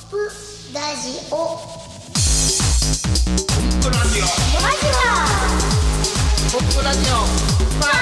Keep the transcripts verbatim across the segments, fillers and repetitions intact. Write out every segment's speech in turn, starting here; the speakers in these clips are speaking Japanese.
プラジオポップラジオマジだポップラジオマ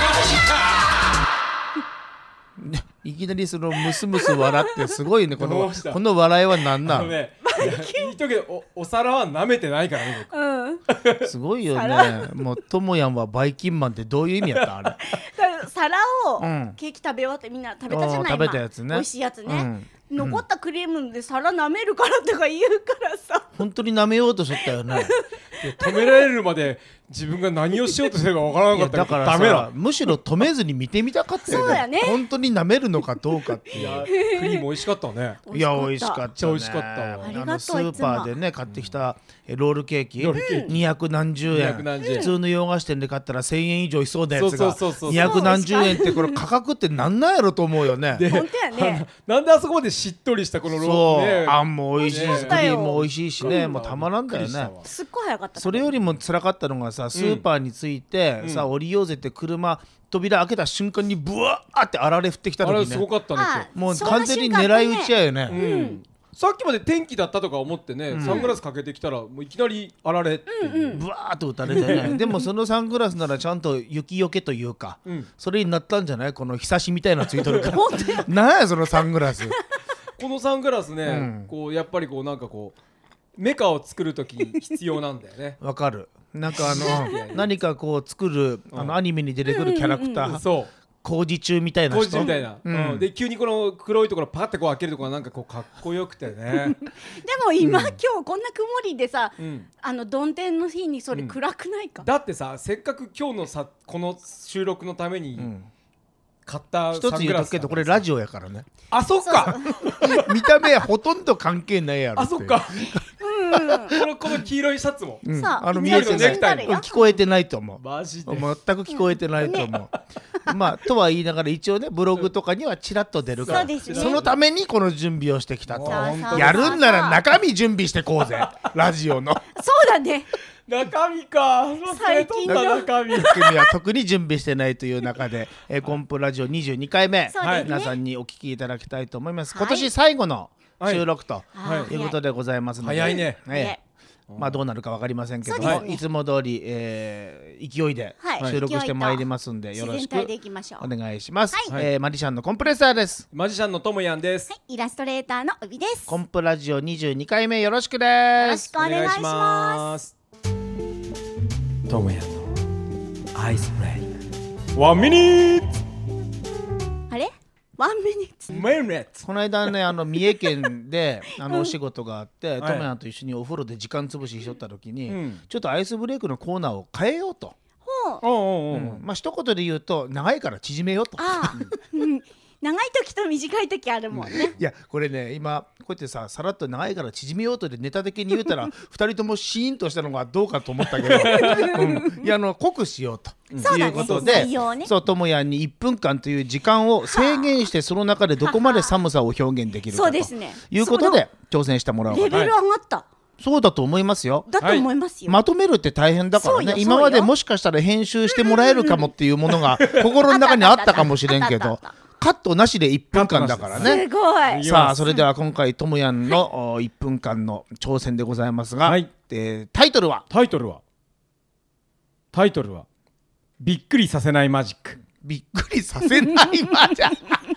ジかいきなりそのムスムス笑ってすごいねこのこの笑いは何なの、 ね、言いとけど お, お皿は舐めてないからねうん、 すごいよね。もうともやんはバイキンマンってどういう意味やったあれだから皿をうんケーキ食べ終わってみんな食べたじゃない、 食べたやつね今美味しいやつね、 うん残ったクリームで皿舐めるからとか言うからさ、 本当に舐めようとしとったよね。 止められるまで自分が何をしようとしてるかわからなかっただからからダメださむしろ止めずに見てみたかったよね。 そうやね本当に舐めるのかどうかっていう。 いやクリーム美味しかったねいや美味しかったね。 めっちゃ美味しかったわありがとうあのスーパーでね買ってきたえロールケーキロールケーキにひゃくなんじゅうえん、 にひゃくなんじゅうえん普通の洋菓子店で買ったらせんえん以上いそうなやつがそうそうそうそうにひゃくなんじゅうえんってこれ価格ってなんなんやろと思うよね。 で本当やねなんであそこまでしっとりしたこのロそう、 ーねあんも美味しいし、 ねクリームも美味しいしね、もうたまらんだよねびっくりしたわ。 すっごい早かったそれよりも辛かったのがさスーパーに着いて、 うんさ降りようぜって車扉開けた瞬間にブワーってあられ降ってきたあれ時ねすごかったねあもうそんな完全に狙い撃ちやよね。 今日うんさっきまで天気だったとか思ってね、 うんサングラスかけてきたらもういきなりあられっていう、 ブワーっと打たれてねでもそのサングラスならちゃんと雪よけというか、 うんそれになったんじゃないこの日差しみたいなのついとるからなんやそのサングラスこのサングラスね、 うんこうやっぱりこうなんかこうメカを作るときに必要なんだよねわかる。なんかあいやいやの何かこう作るあうんのアニメに出てくるキャラクターそう工事中みたいな工人事みたいな、 うんうんで急にこの黒いところパッてこう開けるところがなんかこうかっこよくてね、 でも今、今日こんな曇りでさ、 うん、 あの曇天の日にそれ暗くないか、 だってさせっかく今日のさこの収録のためにうん買った一つ言うとくけどこれラジオやからねあそっか見た目はほとんんど関係ないやろってあそっかこのこの黄色いシャツもうんさああの見見ええてないてない聞こえてないと思うマジで全く聞こえてないと思う、まあとは言いながら一応ねブログとかにはちらっと出るからそうですねそのためにこの準備をしてきたともう本当やるんなら中身準備してこうぜラジオのそうだね中身か最近の中身組は特に準備してないという中で、えーコンプラジオにじゅうにかいめ、 そうですね皆さんにお聞きいただきたいと思います、 はい今年最後の収録とはいいうことでございますので、 早いねええまあどうなるか分かりませんけども、 そうですねいつも通り、えー勢いではい収録してまいりますんで、 自よろしく然体でいきましょう。 お願いします、 はいえーマジシャンのコンプレッサーです。 マジシャンのともやんです、 はい、イラストレーターのうびです。 コンプラジオにじゅうにかいめよろしくよですろしくお願いしますともやんのアイスブレイクワンミニッあれワンミニッツ。 ツメイレッツこの間ねあの三重県であのお仕事があって、 はいトモヤンと一緒にお風呂で時間潰ししとった時に、 うんちょっとアイスブレイクのコーナーを変えようと、 ほう。 おうおうおう、 うんまあ一言で言うと長いから縮めようと。 ああ、うん長い時と短い時あるもんね。 いやこれね今こうやってささらっと長いから縮めようとでネタ的に言うたらふたりともシーンとしたのがどうかと思ったけど、うん、いやあの濃くしようとそうだねいうことで内容をねそうともやんにいっぷんかんという時間を制限してその中でどこまで寒さを表現できるかとそうですね。 いうことで挑戦してもらおうかとレベル上がった。 そうだと思いますよ。 だと思いますよ。 まとめるって大変だからそうよそうよね今までもしかしたら編集してもらえるかもっていうものが心の中にあったかもしれんけどあったあったあったカットなしでいっぷんかんだからね。 すごい。 さあそれでは今回ともやんのおいっぷんかんの挑戦でございますが、 はいえータイトルはタイトルはタイトルはびっくりさせないマジックびっくりさせないまじゃ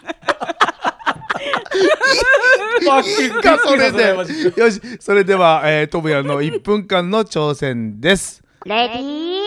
いいかそれでよしそれでは、えー、ともやんのいっぷんかんの挑戦です。 レディー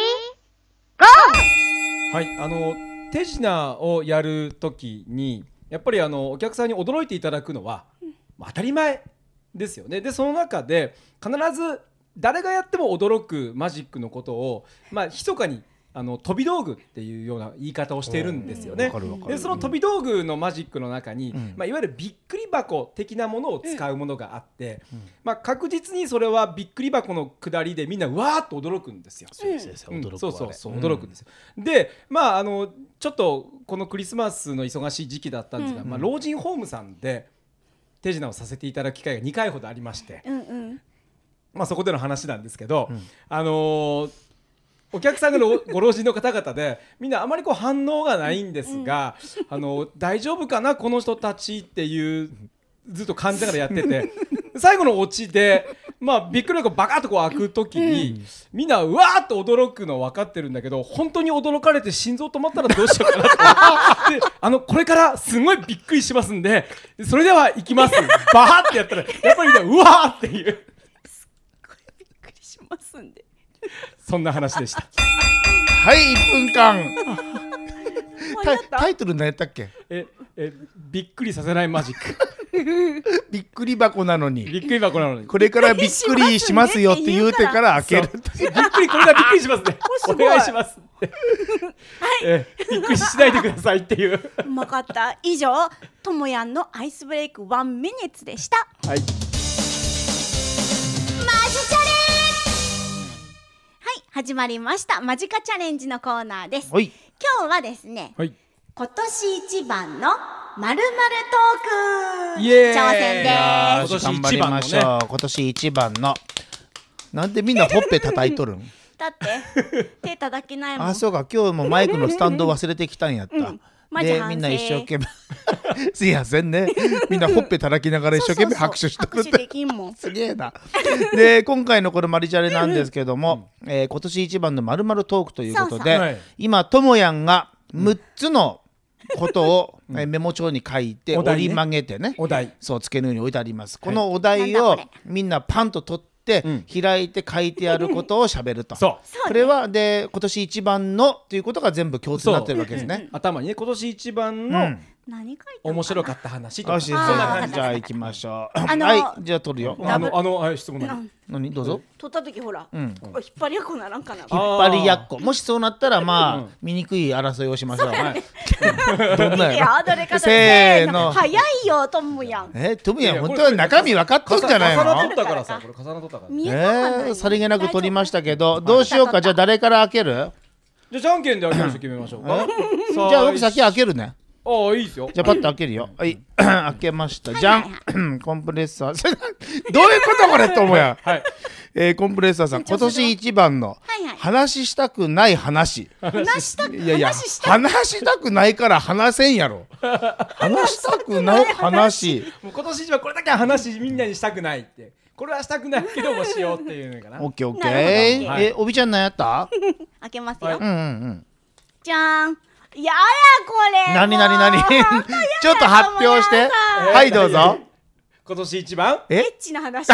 はいあの手品をやるときにやっぱりあのお客さんに驚いていただくのは、まあ当たり前ですよね。でその中で必ず誰がやっても驚くマジックのことをまあ密かにあの飛び道具っていうような言い方をしているんですよね。 わかるわかるでその飛び道具のマジックの中に、 んまあ、いわゆるびっくり箱的なものを使うものがあって、まあ、確実にそれはびっくり箱の下りでみんなうわーっと驚くんですよ。 そうです先生うん驚くわそうそうそうあれ驚くんですよ。でまああのちょっとこのクリスマスの忙しい時期だったんですが、まあ、老人ホームさんで手品をさせていただく機会がにかいほどありまして、 うんうん。 まあ、そこでの話なんですけど、あのーお客さんがろご老人の方々でみんなあまりこう反応がないんですが、あの大丈夫かなこの人たちっていうずっと感じながらやってて最後のオチでまあびっくりがバカッとこう開くときに、うん、みんなうわーっと驚くの分かってるんだけど本当に驚かれて心臓止まったらどうしようかなってであのこれからすごいびっくりしますんでそれでは行きますバーってやったらやっぱりみんなうわーっていうすっごいびっくりしますんでそんな話でしたはいいっぷんかんタ, タイトル何やったっけええびっくりさせないマジックびっくり箱なのにびっくり箱なのにこれからびっくりしますよって言うてから開けるびっくりこれからびっくりしますねお願いしますって、はいえびっくりしないでくださいっていううまかった以上ともやんのアイスブレイクワンミニッツでしたはいマジチャレはい始まりましたマジカチャレンジのコーナーですはい今日はですね、 はい、 今年一番のまるまるトークイエーイ挑戦です今年一番のね今年一番のなんでみんなほっぺ叩いとるんだって手叩けないもんあそうか今日もマイクのスタンド忘れてきたんやった、うんマジ反省でみんな一生懸命すいませんねみんなほっぺ叩きながら一生懸命拍手してくれて拍手できんもんすげえなで今回のこれマリチャレなんですけども、えー、今年一番のまるまるトークということでそうそう、はい、 今ともやんがむっつのことを、うんえー、メモ帳に書いて、ね、折り曲げてねお題そう付けのように置いてあります、はい、このお題をみんなパンと取って、うん、開いて書いてあることをしゃべるとそうこれはで今年一番のということが全部共通になってるわけですね、 うん、頭にね今年一番の、うん何書いた面白かった話とかそんな感じじゃあ行きましょうあのー、 はいじゃあ取るよあのあのはい質問何何どうぞ取った時ほら、うん、ここ引っ張りやっこならんかな引っ張りやっこもしそうなったらまあ、うん、醜い争いをしましょう、はい、どんなやどれかせーの早いよトムヤンえトムヤン本当は中身分かっとんじゃないの重なっとったからさこれ重なっとったからえー、さりげなく取りましたけどどうしようかじゃあ誰から開けるじゃあじゃんけんで開ける人決めましょうかじゃあ僕先開けるねああいいですよじゃあパッと開けるよはい開けましたじゃんコンプレッサーどういうことこれと思うやはいえー、コンプレッサーさん今年一番の話したくない話話したくいやいや話したくないから話せんやろ話したくない話もう今年一番これだけは話みんなにしたくないってこれはしたくないけどもしようっていうのかなオッケーオッケーえおびちゃん何やった開けますよ、はい、 うんうんうんじゃーんややこれなになになにちょっと発表してはいどうぞ今年一番エッチな話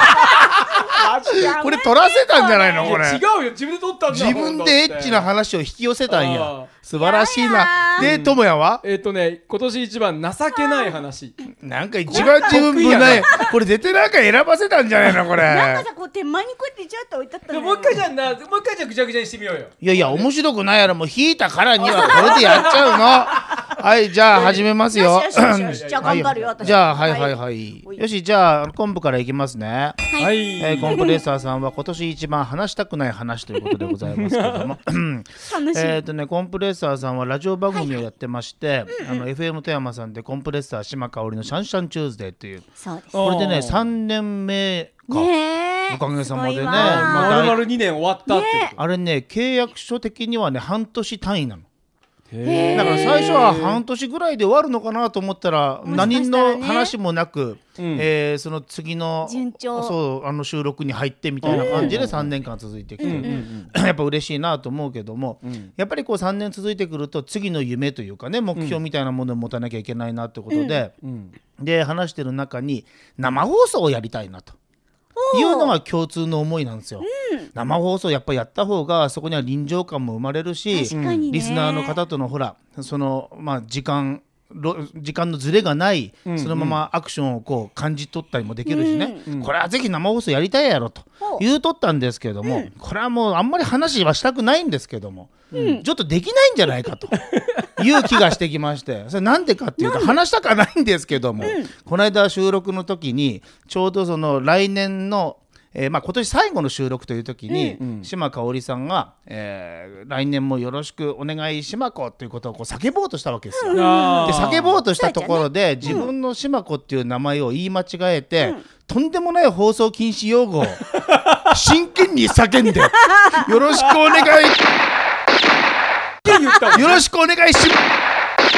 これ取らせたんじゃないのこれ違うよ自分で取ったんだ自分でエッチな話を引き寄せたんや素晴らしいなでともやはえっとね今年一番情けない話なんか一番自分分ないこれ絶対なんか選ばせたんじゃないのこれなんかさこう手前にこうやってちょっと置いてあったのもう一回じゃんなもう一回じゃぐちゃぐちゃにしてみようよいやいや面白くないやろもう引いたからにはこれでやっちゃうのはいじゃあ始めますよよしよしよしじゃあ頑張るよ私じゃあはいはいはいよしじゃあコンプからいきますねはい、 えー、コンプレッサーさんは今年一番話したくない話ということでございますけどもえっとねコンプレッサーさんはラジオ番組をやってまして、はいはい、あの エフエム 富山さんでコンプレッサー島香織のシャンシャンチューズデーっていうそうですこれでねさんねんめか、 ね、 おかげさまでねまるまるにねん終わったってこと、ね、 あれね契約書的にはね半年単位なのへだから最初は半年ぐらいで終わるのかなと思ったら何の話もなく、ねえー、その次の順調そうあの収録に入ってみたいな感じでさんねんかん続いてきて、うんうんうん、やっぱ嬉しいなと思うけども、うん、やっぱりこうさんねん続いてくると次の夢というかね目標みたいなものを持たなきゃいけないなってことで、うんうん、で話してる中に生放送をやりたいなというのが共通の思いなんですよ、うん、生放送やっぱやった方がそこには臨場感も生まれるし、 確かにね、 リスナーの方とのほらその、まあ、時間時間のズレがない、うんうん、そのままアクションをこう感じ取ったりもできるしね、うんうん、これはぜひ生放送やりたいやろと言うとったんですけども、うん、これはもうあんまり話はしたくないんですけども、うん、ちょっとできないんじゃないかという気がしてきましてそれなんでかっていうと話したくないんですけども、うん、この間収録の時にちょうどその来年のえーまあ、今年最後の収録という時に、うん、島香織さんが、えー、来年もよろしくお願い島子ということをこう叫ぼうとしたわけですよ、うん、で叫ぼうとしたところで、ね、自分の島子っていう名前を言い間違えて、うん、とんでもない放送禁止用語を真剣に叫んでよろしくお願いよろしくお願いし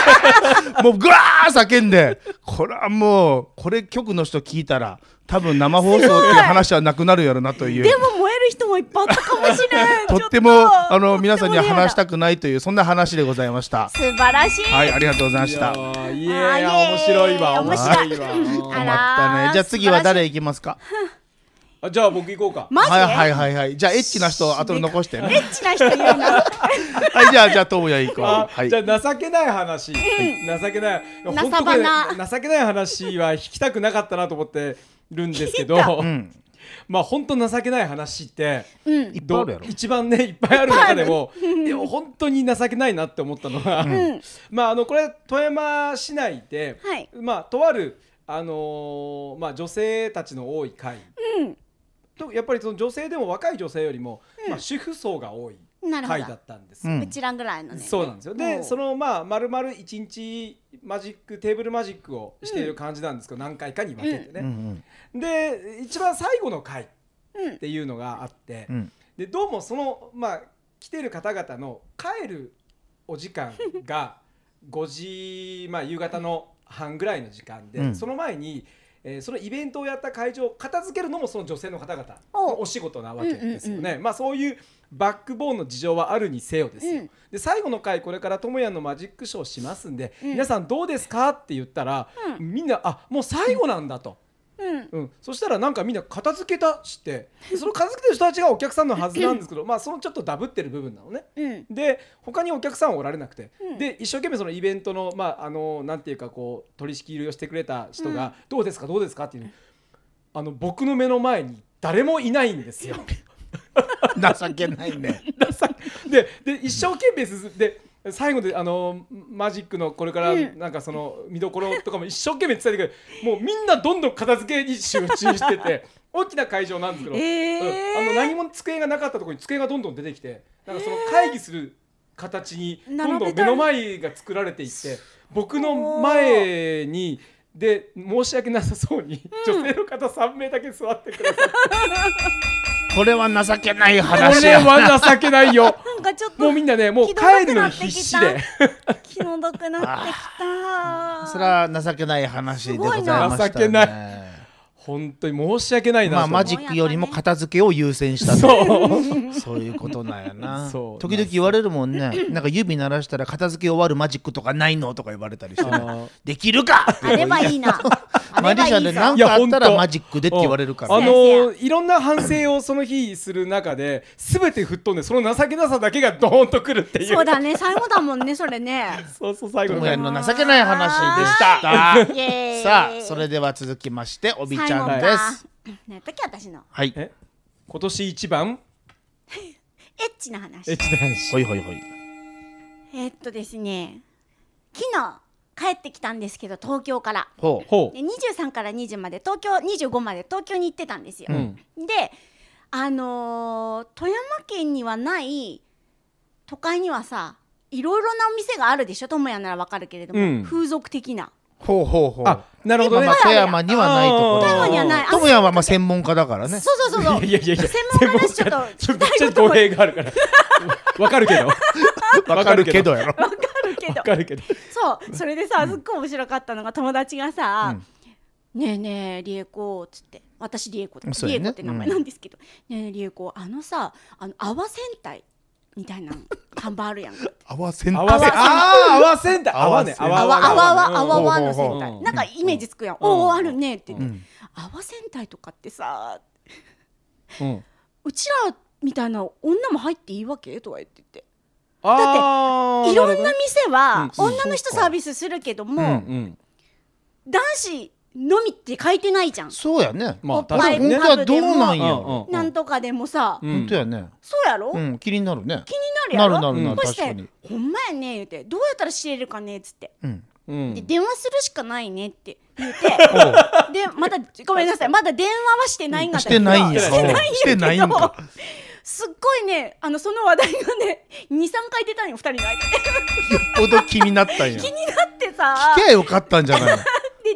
もうぐわー叫んで、これはもうこれ局の人聞いたら多分生放送っていう話はなくなるやろなという。 でも燃える人もいっぱいあったかもしれん。 とってもあの皆さんには話したくないというそんな話でございました。 素晴らしい。 はい、ありがとうございました。 いやーいやいや面白いわ面白いわ。 困ったね。じゃあ次は誰行きますか。 あ、じゃあ僕行こうか。 マジで、 はいはいはいはい。じゃあエッチな人後で残してね。 エッチな人言うな。 はい、じゃあじゃあともや行こう。 あ、 はい。 じゃあ情けない話、情けない情本当これ花情けない話は聞きたくなかったなと思ってるんですけど、 うん。 まあ本当情けない話ってうん。 いっぱいあるやろ。 一番ねいっぱいある中でもでも本当に情けないなって思ったのは、 うん。 まああのこれ富山市内で、 はい。 まあとあるあのーまあ女性たちの多い会、 うん。 とやっぱりその女性でも若い女性よりも、まあ主婦層が多いなるほど会だったんですよ。 うんうちらぐらいのね。 そうなんですよ。 おでうそのまあまるまる一日マジックテーブルマジックをしている感じなんですけど、何回かに分けてうんうね、 んで一番最後の回っうん。 ていうのがあって、 うん。 でどうもそのまあ来てる方々の帰るお時間がごじ、まあ、夕方の半ぐらいの時間で、 うんその前に、えーそのイベントをやった会場を片付けるのもその女性の方々 おのお仕事なわけですよね。 うんうんまあそういうバックボーンの事情はあるにせよですよ。 うんで最後の回これからともやんのマジックショーしますんで、 うん皆さんどうですかって言ったら、 うみんなあもう最後なんだと。 うん。 うん、そしたらなんかみんな片付けたしてでその片付けてる人たちがお客さんのはずなんですけどまあそのちょっとダブってる部分なのね。 うん。 で他にお客さんはおられなくて、 うんで一生懸命そのイベントのまああのなんていうかこう取り仕切りをしてくれた人が、 うんどうですかどうですかっていうあの僕の目の前に誰もいないんですよ。 情けないね。 でで一生懸命進んで最後であのマジックのこれからうんなんかその見どころとかも一生懸命伝えてくれもうみんなどんどん片付けに集中してて大きな会場なんですけど、 えーうんあの何も机がなかったところに机がどんどん出てきてなんかその会議する形にどんどん目の前が作られていって僕の前にで申し訳なさそうに女性の方さん名だけ座ってくださってこれは情けないこ話や。 れは情けないよ。 なんかちょっともうみんなねもう気の毒帰るのになってきた必死で気の毒なってきた。 それは情けない話でございましたね。 情けない本当に申し訳ないなまあとマジックよりも片付けを優先したと。 そうそういうことなんやな。 そう時々言われるもんね。なんか指鳴らしたら片付け終わるマジックとかないのとか言われたりしてね。 あーできるかってあればいいな。あマればいいぞ。 ジシャンで何いやかあったらほんとマジックでって言われるからあね。 のいろんな反省をその日する中で全て吹っ飛んでその情けなさだけがドーンとくるっていうそうだね、最後だもんね、それね。 そうそう最後のともやんの情けない話でした。 イエーイさあそれでは続きましておびちゃんで最後す。 か。ねえ、時私のはい。 え今年一番エッチな話。 エッチな話ほいほいほい。 えっとですね、昨日帰ってきたんですけど、東京から。 ほう。 ほでにじゅうさんからにじゅうまで東京にじゅうごまで東京に行ってたんですよ。 うんで、あのー富山県にはない都会にはさ、いろいろなお店があるでしょ。友也ならわかるけれども、 うん風俗的な。 ほうほうほう。 あなるほどねまあまあ富山にはないところ。 富山にはないあ富山はまあ専門家だからね。 そうそうそうそう。 いやいやいや専門家ですちょっと専門家ちょっと語弊があるからわかるけどわかるけどやろ。 わかるけどわ。かるけどそう、それでさ、すっごい面白かったのが友達がさ、ねえねえリエコっつって、私リエコって、 そうやねリエコって名前なんですけど、ねえねえリエコ、あのさ、あの泡戦隊みたいな看板あるやんか。 合わせん合わせああ合わせんだ合わせ泡ね泡泡泡泡泡泡泡のほうほうほう戦隊、なんかイメージつくやん。 うんおおあるねって言って、 うん泡戦隊とかってさ、 うんうちらみたいな女も入っていいわけとか言って言って。 あーいろんなるほどね店はうん女の人サービスするけども、 うんうん男子のみって書いてないじゃん。 そうやね。 まあおっぱい確かにね本当はどうなんやうんろ。 うんなんとかでもさ、 うん本当やね。 そうやろ、 うん気になるね。 気になるやろ。 なるなるなるそして確かに。 ほんまやね言うて、どうやったら知れるかねっつって、 うん。 うんで電話するしかないねって言ってでまだごめんなさい、まだ電話はしてないんだしてないんや。 してないんやけどしてないんか。 すっごいね、あのその話題がねにさんかい出たんよ、ふたりの間で。 よっぽど気になったんや。 気になってさ、 聞けばよかったんじゃないの。 で電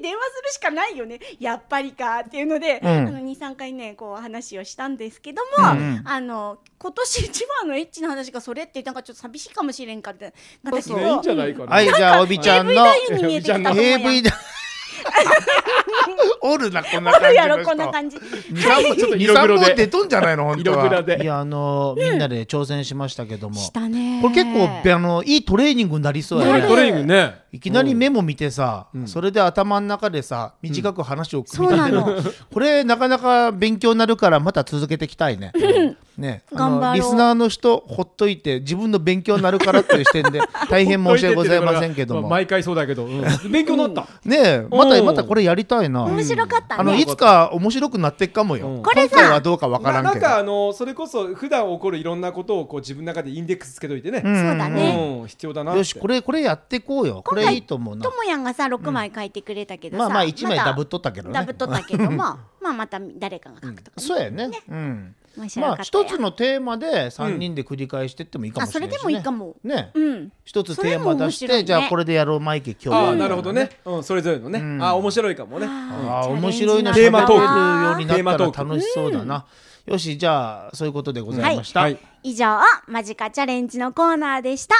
電話するしかないよねやっぱりかっていうので、 うんあの にさんかいねこう話をしたんですけども、 うんうん、 あの今年一番のエッチな話がそれってなんかちょっと寂しいかもしれんかってだけど、 いいんじゃないかな。 はい、じゃあおびちゃんのエーブイ 男優に見えてきたと思うやんエーブイ だおるなこんな感じの人おるやろこんな感じにさんぼんちょっとにさんぼん出とんじゃないの本当は。 色黒でいやあのみんなで挑戦しましたけども、 したねこれ結構あのいいトレーニングになりそうやね。 トレーニングね。 いきなりメモ見てさ、 うんそれで頭の中でさ短く話を組み立てる、 そうなのこれなかなか勉強になるからまた続けていきたいね。ね、あ頑張ろうのリスナーの人ほっといて自分の勉強になるからっていう視点で大変申し訳ございませんけども、 まあ毎回そうだけど、うん勉強になった。 ねえまたうんまたこれやりたいな。 面白かったあのねいつか面白くなっていくかもよ。 うんこれさ今回はどうかわからんけど。 ななんかあのそれこそ普段起こるいろんなことをこう自分の中でインデックスつけといてね。 うんそうだねうん必要だなって。 よしこれこれやっていこうよ。これいいと思うなと。もやんがさろくまい書いてくれたけどさ、 まあまあいちまいたダブっとったけどね。 ダブっとったけどもまあまた誰かが書くとか、 そうやね。うん。 面白まあかったよ一つのテーマで三人で繰り返していってもいいかもあそれしれないしね。 でもいいかもね。 うん一つテーマ出して、 それも面白いねじゃあこれでやろうマイケ今日は。 ああなるほどね。うんそれぞれのね。 うんあ面白いかもね。 ああ面白いな。 テーマトーク喋れるようになテーマったらトーク楽しそうだな。よしじゃあそういうことでございました。 はい。 以上マジカチャレンジのコーナーでした。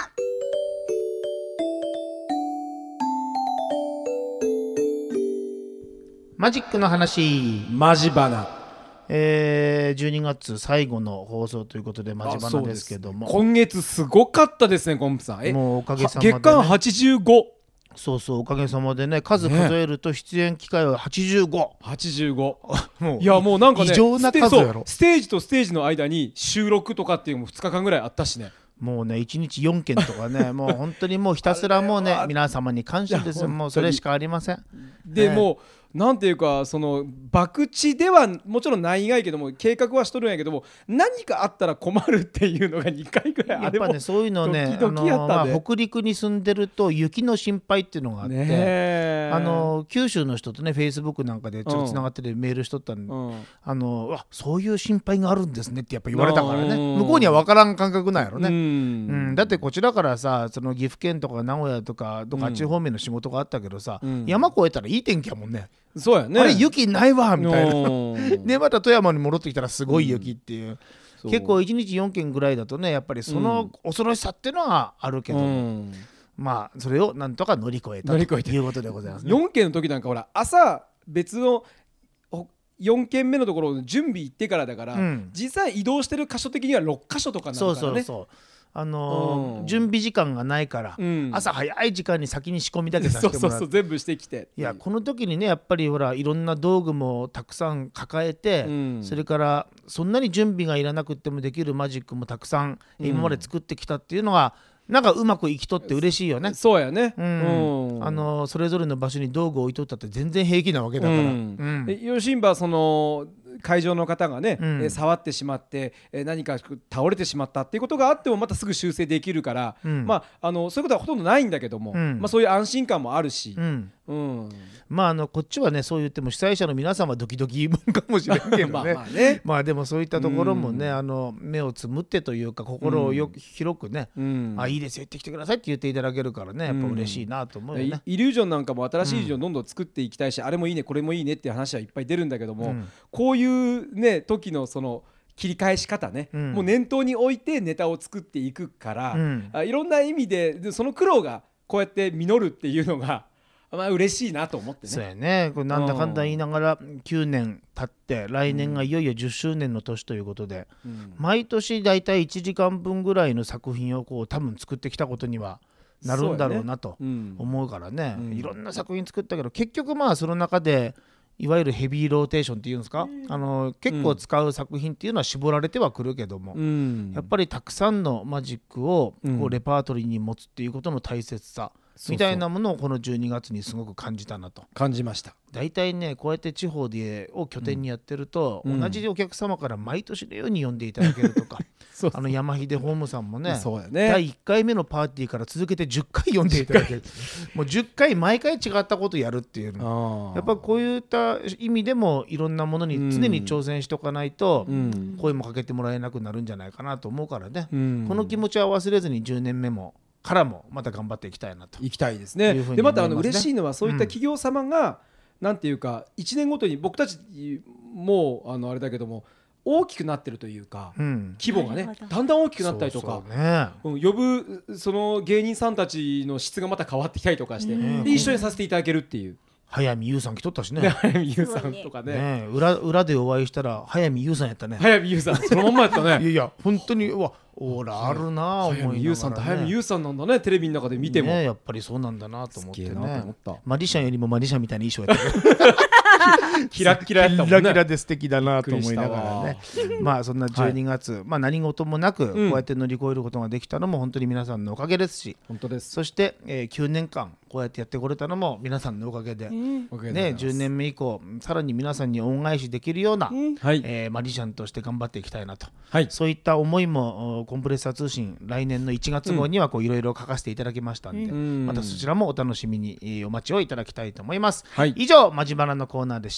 マジックの話。 マジバナ。 えー、じゅうにがつ最後の放送ということでマジバナですけども、 今月すごかったですねコンプさん。えもうおかげさまでね月間はちじゅうご。 そうそうおかげさまでね数数えると出演機会ははちじゅうご。 はちじゅうご。 もういやもうなんかね異常な数やろステそうステージとステージの間に収録とかっていうのもふつかかんぐらいあったしね。 もうねいちにちよんけんとかねもう本当にもうひたすらもうね皆様に感謝ですよ。もうそれしかありません。 で、 ねもうなんていうかその博打ではもちろんないがいけども計画はしとるんやけども何かあったら困るっていうのがにかいぐらいやっぱあれもねそういうのねドキドキやったんであのまあ北陸に住んでると雪の心配っていうのがあって、 ねえあの九州の人とねフェイスブックなんかでちょっとつながっててメールしとったんで、 うんあのうわそういう心配があるんですねってやっぱ言われたからねうん向こうには分からん感覚なんやろね、 ううんんだってこちらからさその岐阜県とか名古屋とかどっかあっち方面の仕事があったけどさ、 うん山越えたらいい天気やもんね、 そうやねあれ雪ないわみたいなうんでまた富山に戻ってきたらすごい雪っていう、 そう結構いちにちよんけんぐらいだとねやっぱりその恐ろしさっていうのはあるけども、 うんまあそれをなんとか乗り越えた乗り越えてということでございますね。 よんけんの時なんかほら朝別のほよんけんめのところの準備行ってからだから、 うん実際移動してる箇所的にはろっかしょとかなそうるからね。 そうそうあのーうん準備時間がないから、 うん朝早い時間に先に仕込みだけさせそうてもらうそうそう全部してきて。 いやこの時にねやっぱりほらいろんな道具もたくさん抱えて、 うんそれからそんなに準備がいらなくてもできるマジックもたくさんうん今まで作ってきたっていうのが、なんかうまくいきとって嬉しいよね。 そうやね。 うんうんあのそれぞれの場所に道具を置いとったって全然平気なわけだから、 うんうんでヨシンバその会場の方がね、 うんえー触ってしまって、えー何か倒れてしまったっていうことがあってもまたすぐ修正できるから、 うんまあ、あのそういうことはほとんどないんだけども、 うんまあ、そういう安心感もあるしう、んうんまああのこっちはねそう言っても主催者の皆さんはドキドキ分かもしれんけどねまあまあね、 まあでもそういったところもね、 うんあの目をつむってというか心をよく広くね、 うんあいいですよ行ってきてくださいって言っていただけるからねやっぱ嬉しいなと思うよね。 イイリュージョンなんかも新しいイリュージョンどんどん作っていきたいし、あれもいいねこれもいいねっていう話はいっぱい出るんだけども、 うんこういうね時のその切り返し方ね、 うんもう念頭に置いてネタを作っていくから、 うんあいろんな意味ででその苦労がこうやって実るっていうのがまあ嬉しいなと思ってね。 そうやねこれなんだかんだ言いながらきゅうねん経って来年がいよいよじゅっしゅうねんの年ということで、 うん毎年だいたいいちじかんぶんぐらいの作品をこう多分作ってきたことにはなるんだろうなとうん思うからね、 うんいろんな作品作ったけど結局まあその中でいわゆるヘビーローテーションっていうんですか、あの結構使う作品っていうのは絞られてはくるけども、 うんやっぱりたくさんのマジックをこうんうレパートリーに持つっていうことの大切さみたいなものをこのじゅうにがつにすごく感じたなと。 感じました。 大体ねこうやって地方でを拠点にやってると、 うん同じお客様から毎年のように呼んでいただけるとかそうあの山秀ホームさんもねそうやね。 だいいっかいめのパーティーから続けてじゅっかい呼んでいただけるもうじゅっかい毎回違ったことやるっていうのあーやっぱこういった意味でもいろんなものに常に挑戦しておかないと、 うん声もかけてもらえなくなるんじゃないかなと思うからね、 うんこの気持ちは忘れずにじゅうねんめもからもまた頑張っていきたいなと。 行きたいですいうふうにね。でまたあの思いますね嬉しいのはそういった企業様が、 なんていうかいちねんごとに僕たちもうあのあれだけども大きくなってるというか、 うん、 規模がねなるほどだんだん大きくなったりとか、 そうそうね、 うん、呼ぶその芸人さんたちの質がまた変わってきたりとかして、 うんで一緒にさせていただけるっていう早見優さん来とったしねね早見優さんとかねね裏裏でお会いしたら早見優さんやったね。 早見優さんそのまんまやったいねやいや本当にうわオーラあるな思いながら、ね、 早見優さんって早見優さんなんだねテレビの中で見ても、 ね、やっぱりそうなんだなと思ってすげえなとね思ったマジシャンよりもマジシャンみたいな衣装やったけどキラッキラやったもんねキラキラで素敵だなと思いながらねびっくりまあそんなじゅうにがつ、まあ、何事もなくこうんうやって乗り越えることができたのも本当に皆さんのおかげですし、 本当ですそして、えー、きゅうねんかんこうやってやってこれたのも皆さんのおかげで、 うんおかげでございね、 ますじゅうねんめ以降さらに皆さんに恩返しできるような、 うんはい、 えーマジシャンとして頑張っていきたいなと、 はいそういった思いもおコンプレッサー通信来年のいちがつ号にはこういろいろ書かせていただきましたんで、 うんまたそちらもお楽しみにえーお待ちをいただきたいと思います、 はい以上マジバラのコーナーでした。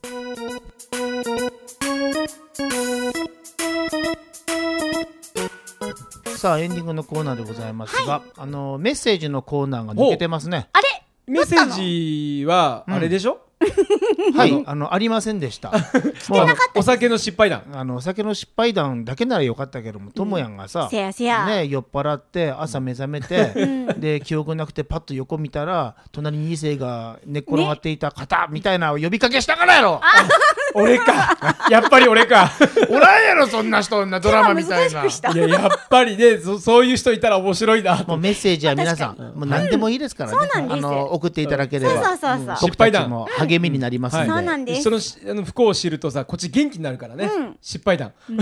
さあエンディングのコーナーでございますが、あのメッセージのコーナーが抜けてますね。 あれメッセージはあれでしょ、 はいあのありませんでした。もうお酒の失敗談あのお酒の失敗談だけならよかったけどもともやんがさ、 せやせや、 ね、酔っ払って朝目覚めて、で記憶なくてパッと横見たら隣に異性が寝っ転がっていた方みたいな呼びかけしたからやろ。 俺かやっぱり俺かおらんやろそんな人なドラマみたいな。 難しくしたいややっぱりね そ, そういう人いたら面白いなもとうメッセージは皆さんもう何でもいいですからね、 そうなんですあの送っていただければ、 そうそうそうそう、 僕たちも励みになりますんで、 そうなんですそのしあの不幸を知るとさこっち元気になるからね、 うん失敗談、 なん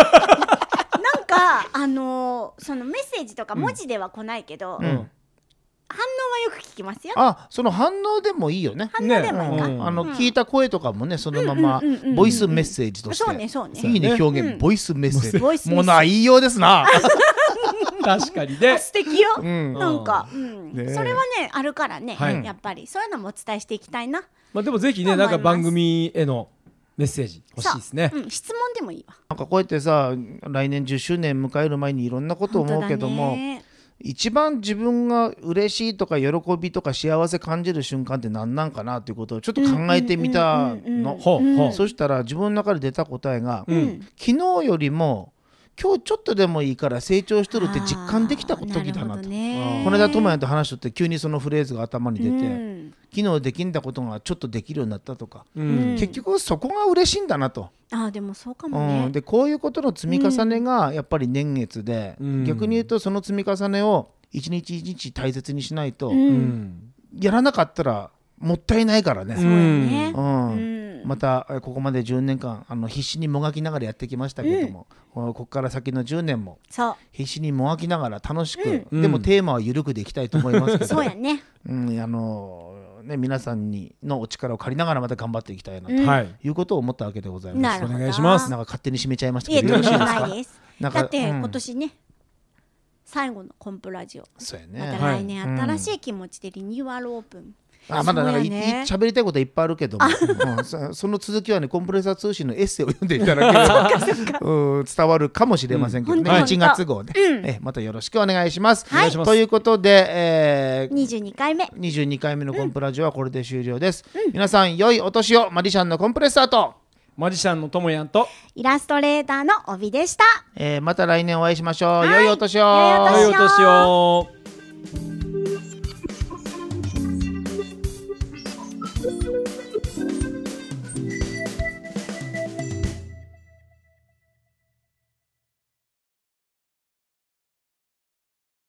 かあのーそのメッセージとか文字では来ないけど、 うんうん反応はよく聞きますよ。 あその反応でもいいよね。 反応でもいいか、 ねあの、 うん聞いた声とかもねそのままうんうんうんうんボイスメッセージとして、 そうねそうねいいね表現、 うんボイスメッセージボイスメッセージものは言いようですな。 確かにね素敵よ、 うんなんか、うんねそれはねあるからね、 はいやっぱりそういうのもお伝えしていきたいな。 まあ、でもぜひねと思ますないんか番組へのメッセージ欲しいですねそう、うん、質問でもいいわ。 なんかこうやってさ来年じゅっしゅうねん迎える前にいろんなことを思うけども、 本当だね一番自分が嬉しいとか喜びとか幸せ感じる瞬間って何なんかなということをちょっと考えてみたうんうんうんうんの。 ほうほうそしたら自分の中で出た答えが、 うん昨日よりも今日ちょっとでもいいから成長しとるって実感できた時だあーなるほなと。 どねこの間ともやと話しとって急にそのフレーズが頭に出て、 うん昨日できんだことがちょっとできるようになったとか、 ううんん結局そこが嬉しいんだなと。 あーでもそうかもうねん、でこういうことの積み重ねがやっぱり年月で、 うん逆に言うとその積み重ねを一日一日大切にしないと、 うんうんやらなかったらもったいないからね。 そうやねうんうんまたえここまでじゅうねんかんあの必死にもがきながらやってきましたけども、ここから先のじゅうねんもそう必死にもがきながら楽しく、 うんでもテーマは緩くでいきたいと思いますけど、 そうやねうんあのね、皆さんにのお力を借りながらまた頑張っていきたいなとうんはいいうことを思ったわけでございます。 なるほどお願いしますなんか勝手に締めちゃいましたいえとんでもけどよろしいですか。 ないですなんかだってうん今年ね最後のコンプラジオそうやまたね。 来年新しい気持ちでリニューアルオープンあまだなんかいそうやねい喋りたいことはいっぱいあるけども、うんそその続きはねコンプレッサー通信のエッセイを読んでいただければうん伝わるかもしれませんけどね、 うんいちがつ号で、 うんえまたよろしくお願いします。 はいお願いしますということで、えーにじゅうにかいめにじゅうにかいめのコンプラジオはこれで終了です。皆さん良いお年を。マジシャンのコンプレッサーと、 マジシャンのともやんとイラストレーターの帯でした。 えーまた来年お会いしましょう。 はい良いお年を。 良いお年を良いお年を。